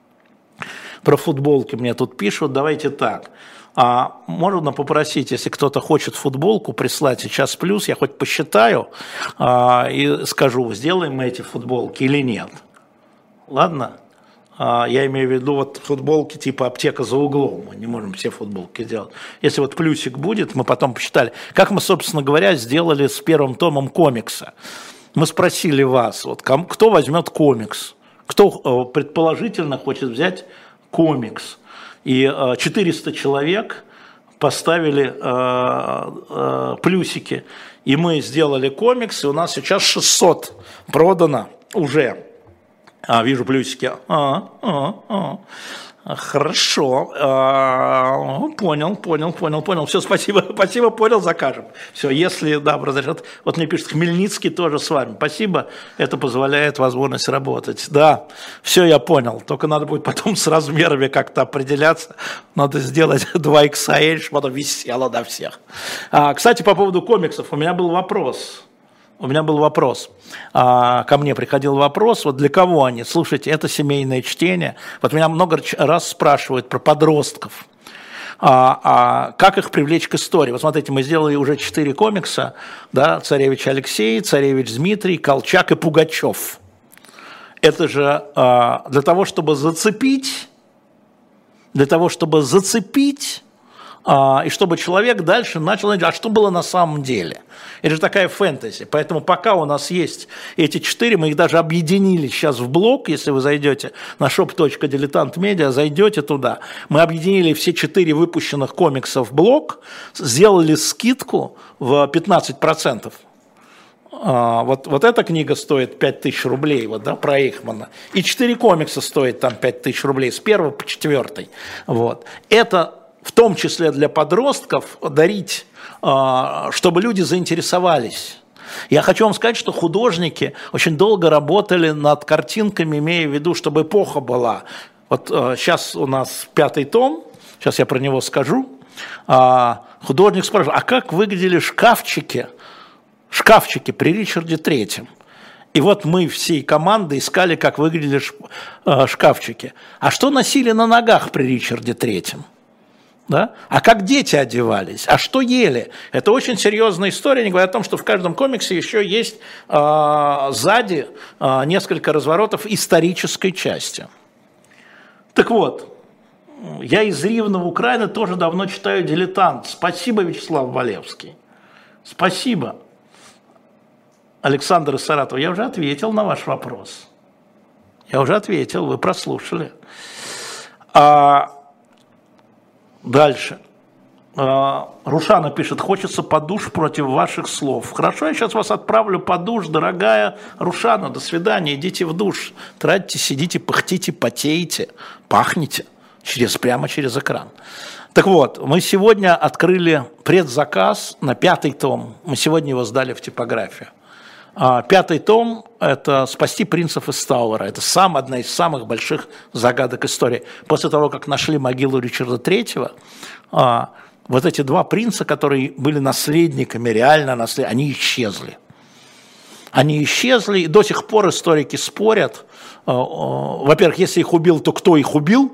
Speaker 2: Про футболки мне тут пишут, давайте так. А можно попросить, если кто-то хочет футболку, прислать сейчас плюс, я хоть посчитаю а, и скажу, сделаем мы эти футболки или нет. Ладно? А, я имею в виду вот футболки типа аптека за углом, мы не можем все футболки сделать. Если вот плюсик будет, мы потом посчитали, как мы, собственно говоря, сделали с первым томом комикса. Мы спросили вас, вот, кто возьмет комикс, кто предположительно хочет взять комикс. И четыреста человек поставили э, э, плюсики. И мы сделали комикс, и у нас сейчас шестьсот продано уже. А, вижу плюсики. А, а, а. Хорошо. А, понял, понял, понял, понял. Все, спасибо, спасибо, понял, закажем. Все, если, да, разрешат. Вот мне пишет, Хмельницкий тоже с вами. Спасибо, это позволяет возможность работать. Да, все, я понял. Только надо будет потом с размерами как-то определяться. Надо сделать два икс эль, чтобы оно висело на всех. А, кстати, по поводу комиксов, у меня был вопрос. У меня был вопрос, а, ко мне приходил вопрос, вот для кого они? Слушайте, это семейное чтение. Вот меня много раз спрашивают про подростков, а, а как их привлечь к истории. Вот смотрите, мы сделали уже четыре комикса, да, «Царевич Алексей», «Царевич Дмитрий», «Колчак» и «Пугачев». Это же а, для того, чтобы зацепить, для того, чтобы зацепить, а, и чтобы человек дальше начал, а что было на самом деле. Это же такая фэнтези. Поэтому пока у нас есть эти четыре, мы их даже объединили сейчас в блок, если вы зайдете на шоп точка дилетант медиа, зайдете туда. Мы объединили все четыре выпущенных комикса в блок, сделали скидку в пятнадцать процентов. А, вот, вот эта книга стоит пять тысяч рублей, вот, да, про Эйхмана. И четыре комикса стоят там пять тысяч рублей, с первого по четвертый. Вот. Это в том числе для подростков дарить, чтобы люди заинтересовались. Я хочу вам сказать, что художники очень долго работали над картинками, имея в виду, чтобы эпоха была. Вот сейчас у нас пятый том, сейчас я про него скажу. Художник спрашивает, а как выглядели шкафчики, шкафчики при Ричарде Третьем? И вот мы всей командой искали, как выглядели шкафчики. А что носили на ногах при Ричарде Третьем? Да? А как дети одевались? А что ели? Это очень серьезная история. Они говорят о том, что в каждом комиксе еще есть э, сзади э, несколько разворотов исторической части. Так вот, я из Ривна в Украине тоже давно читаю «Дилетант». Спасибо, Вячеслав Валевский. Спасибо. Александр из Саратова, я уже ответил на ваш вопрос. Я уже ответил, вы прослушали. А... Дальше. Рушана пишет, хочется под душ против ваших слов. Хорошо, я сейчас вас отправлю под душ, дорогая Рушана, до свидания, идите в душ. Тратите, сидите, пыхтите, потеете, пахнете через, прямо через экран. Так вот, мы сегодня открыли предзаказ на пятый том. Мы сегодня его сдали в типографию. Пятый том – это «Спасти принцев из Тауэра». Это сам, одна из самых больших загадок истории. После того, как нашли могилу Ричарда Третьего, вот эти два принца, которые были наследниками, реально наследниками, они исчезли. Они исчезли, и до сих пор историки спорят. Во-первых, если их убил, то кто их убил?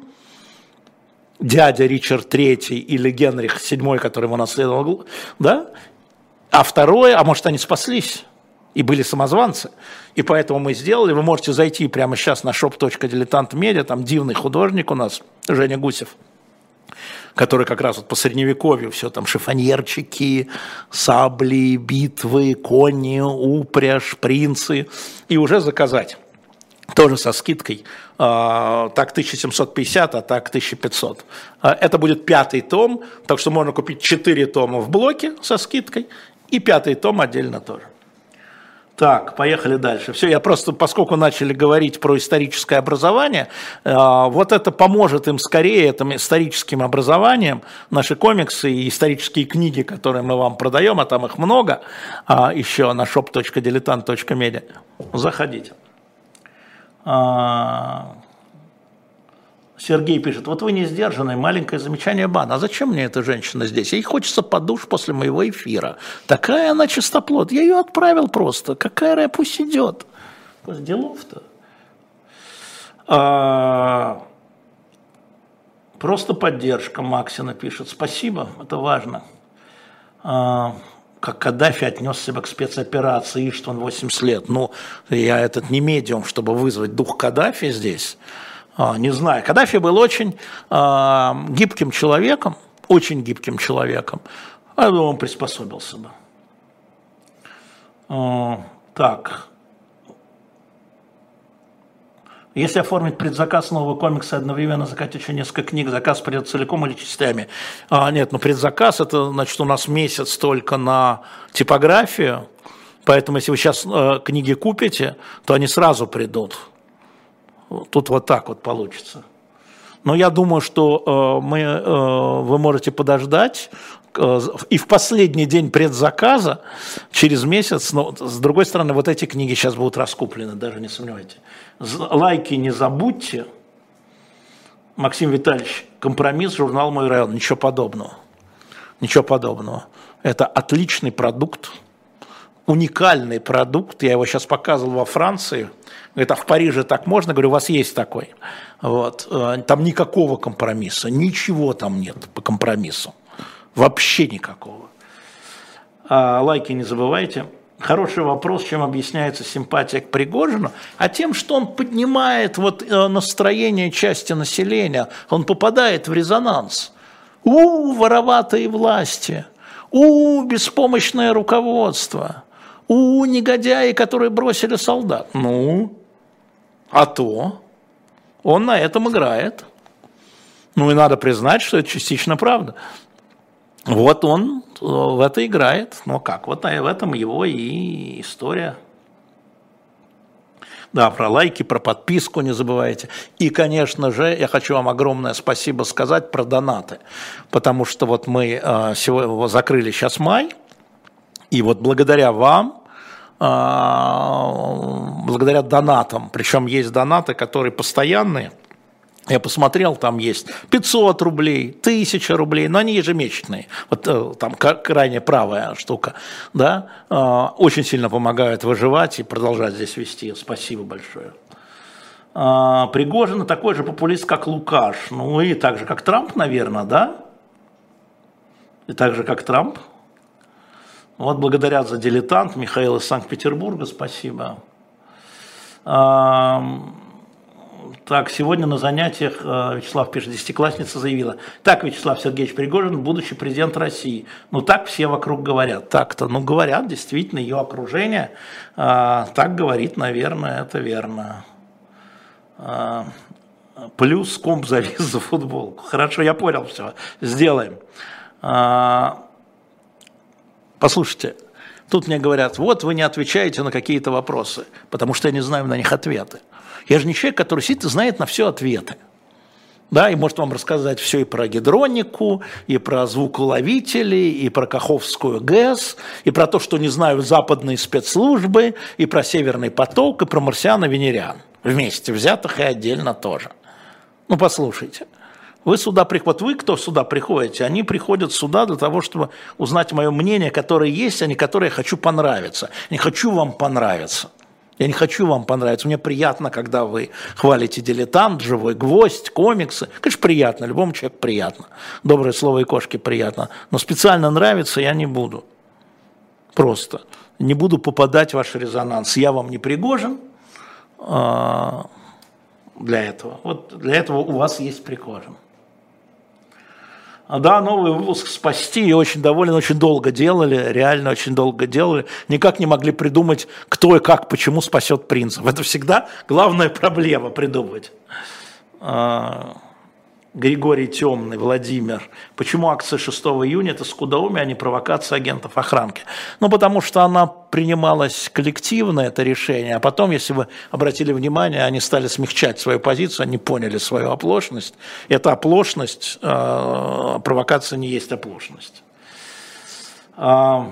Speaker 2: Дядя Ричард Третий или Генрих Седьмой, который его наследовал, да? А второе, а может, они спаслись? И были самозванцы. И поэтому мы сделали, вы можете зайти прямо сейчас на шоп точка дилетант медиа, там дивный художник у нас, Женя Гусев, который как раз вот по средневековью все там шифоньерчики, сабли, битвы, кони, упряжь, принцы, и уже заказать. Тоже со скидкой, так тысяча семьсот пятьдесят, а так тысяча пятьсот. Это будет пятый том, так что можно купить четыре тома в блоке со скидкой и пятый том отдельно тоже. Так, поехали дальше. Все, я просто, поскольку начали говорить про историческое образование, вот это поможет им скорее, этим историческим образованием, наши комиксы и исторические книги, которые мы вам продаем, а там их много, еще на шоп точка дилетант точка медиа. Заходите. Сергей пишет, вот вы не сдержанный, маленькое замечание бан. А зачем мне эта женщина здесь? Ей хочется под душ после моего эфира. Такая она чистоплот. Я ее отправил просто. Какая пусть идет. Делов-то. А, просто поддержка, Максина пишет. Спасибо, это важно. А, как Каддафи отнес себя к спецоперации Иштван восемьдесят лет. Ну, я этот не медиум, чтобы вызвать дух Каддафи здесь. А, не знаю. Каддафи был очень а, гибким человеком, очень гибким человеком. А он приспособился бы. А, так. Если оформить предзаказ нового комикса и одновременно заказать еще несколько книг, заказ придет целиком или частями? А, нет, ну предзаказ, это значит у нас месяц только на типографию, поэтому если вы сейчас э, книги купите, то они сразу придут. Тут вот так вот получится. Но я думаю, что э, мы, э, вы можете подождать, э, и в последний день предзаказа, через месяц, но с другой стороны, вот эти книги сейчас будут раскуплены, даже не сомневайтесь. Лайки не забудьте. Максим Витальевич, компромисс, журнал «Мой район». Ничего подобного. Ничего подобного. Это отличный продукт, уникальный продукт. Я его сейчас показывал во Франции. Говорит, а в Париже так можно? Говорю, у вас есть такой. Вот. Там никакого компромисса. Ничего там нет по компромиссу. Вообще никакого. А лайки не забывайте. Хороший вопрос, чем объясняется симпатия к Пригожину, а тем, что он поднимает вот настроение части населения, он попадает в резонанс. У, вороватые власти, у, беспомощное руководство, у, негодяи, которые бросили солдат. Ну, а то он на этом играет. Ну и надо признать, что это частично правда. Вот он в это играет. Ну как, вот в этом его и история. Да, про лайки, про подписку не забывайте. И, конечно же, я хочу вам огромное спасибо сказать про донаты. Потому что вот мы сегодня закрыли сейчас май, и вот благодаря вам, благодаря донатам, причем есть донаты, которые постоянные, я посмотрел, там есть пятьсот рублей, тысяча рублей, но они ежемесячные. Вот там крайне правая штука, да, очень сильно помогают выживать и продолжать здесь вести. Спасибо большое. Пригожин такой же популист, как Лукаш. Ну и так же, как Трамп, наверное, да? И так же, как Трамп. Вот благодарят за дилетант. Михаил из Санкт-Петербурга, спасибо. Так, сегодня на занятиях, Вячеслав пишет, десятиклассница заявила, так, Вячеслав Сергеевич Пригожин, будущий президент России. Ну, так все вокруг говорят. Так-то, ну, говорят, действительно, ее окружение а, так говорит, наверное, это верно. А, плюс комп завис за футболку. Хорошо, я понял, все, сделаем. А, послушайте, тут мне говорят, вот вы не отвечаете на какие-то вопросы, потому что я не знаю на них ответы. Я же не человек, который сидит и знает на все ответы. Да, и может вам рассказать все и про гидронику, и про звуколовители, и про Каховскую ГЭС, и про то, что не знают западные спецслужбы, и про Северный поток, и про марсиан и венериан. Вместе взятых и отдельно тоже. Ну, послушайте. Вы сюда приходите, вот вы, кто сюда приходите, они приходят сюда для того, чтобы узнать мое мнение, которое есть, а не которое я хочу понравиться. Не хочу вам понравиться. Я не хочу вам понравиться. Мне приятно, когда вы хвалите «Дилетант», «Живой гвоздь», комиксы. Конечно, приятно, любому человеку приятно. Доброе слово и кошке приятно. Но специально нравиться я не буду. Просто. Не буду попадать в ваш резонанс. Я вам не Пригожин а, для этого. Вот для этого у вас есть Пригожин. Да, новый выпуск «Спасти», я очень доволен, очень долго делали, реально очень долго делали, никак не могли придумать, кто и как, почему спасет принцев. Это всегда главная проблема придумать. Григорий Темный, Владимир. Почему акция шестого июня – это скудоумие, а не провокация агентов охранки? Ну, потому что она принималась коллективно, это решение, а потом, если вы обратили внимание, они стали смягчать свою позицию, они поняли свою оплошность. Эта оплошность, э, провокация не есть оплошность. А,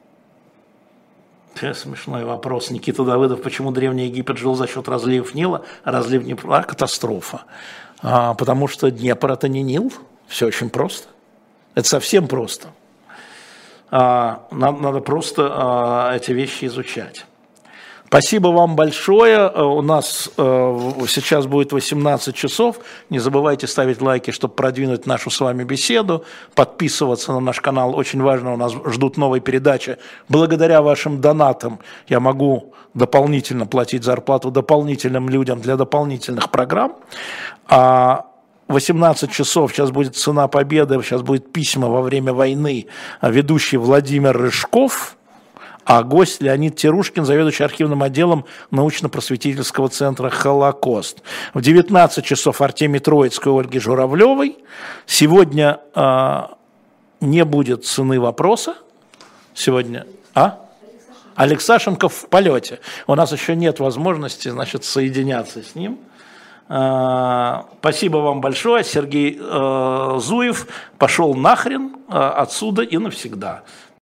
Speaker 2: смешной вопрос. Никита Давыдов, почему Древний Египет жил за счет разливов Нила, а разлив Днепра – катастрофа. А, потому что Днепр – это не Нил, все очень просто. Это совсем просто. А, надо, надо просто а, эти вещи изучать. Спасибо вам большое. У нас э, сейчас будет восемнадцать часов. Не забывайте ставить лайки, чтобы продвинуть нашу с вами беседу. Подписываться на наш канал. Очень важно, у нас ждут новые передачи. Благодаря вашим донатам я могу дополнительно платить зарплату дополнительным людям для дополнительных программ. А восемнадцать часов, сейчас будет «Цена победы», сейчас будет «Письма во время войны», ведущий Владимир Рыжков. А гость Леонид Терушкин, заведующий архивным отделом научно-просветительского центра «Холокост». В девятнадцать часов Артемий Троицкий и Ольги Журавлевой. Сегодня э, не будет цены вопроса. Сегодня... А? Алексашенко в полете. У нас еще нет возможности, значит, соединяться с ним. Э, спасибо вам большое. Сергей э, Зуев пошел нахрен э, отсюда и навсегда.